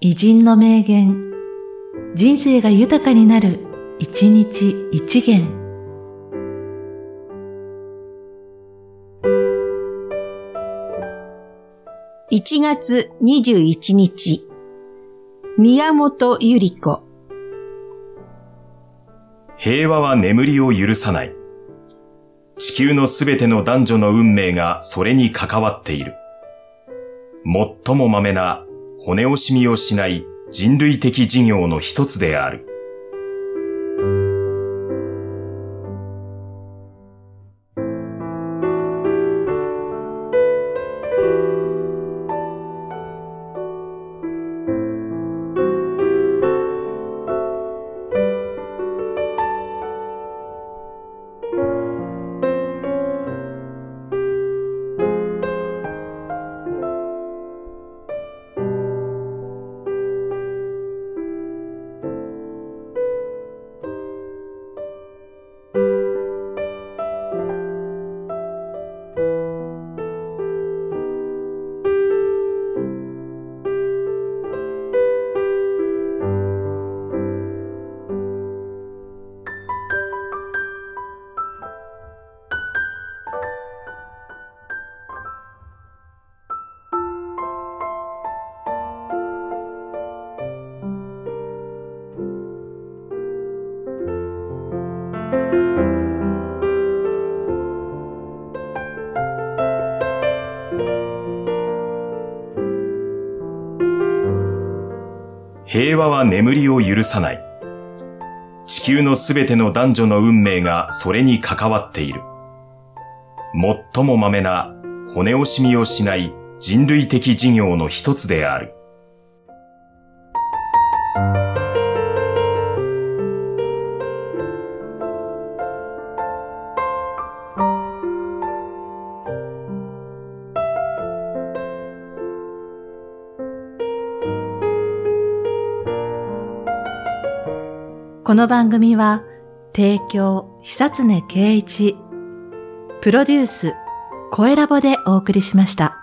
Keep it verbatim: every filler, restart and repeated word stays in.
偉人の名言、人生が豊かになる、一日一元。 いちがつにじゅういちにち、宮本百合子。 平和は眠りを許さない。地球のすべての男女の運命がそれに関わっている。最もまめな骨惜しみをしない人類的事業の一つである。平和は眠りを許さない。地球のすべての男女の運命がそれに関わっている。最もまめな骨惜しみをしない人類的事業の一つである。 この番組は提供久常圭一、プロデュース声ラボでお送りしました。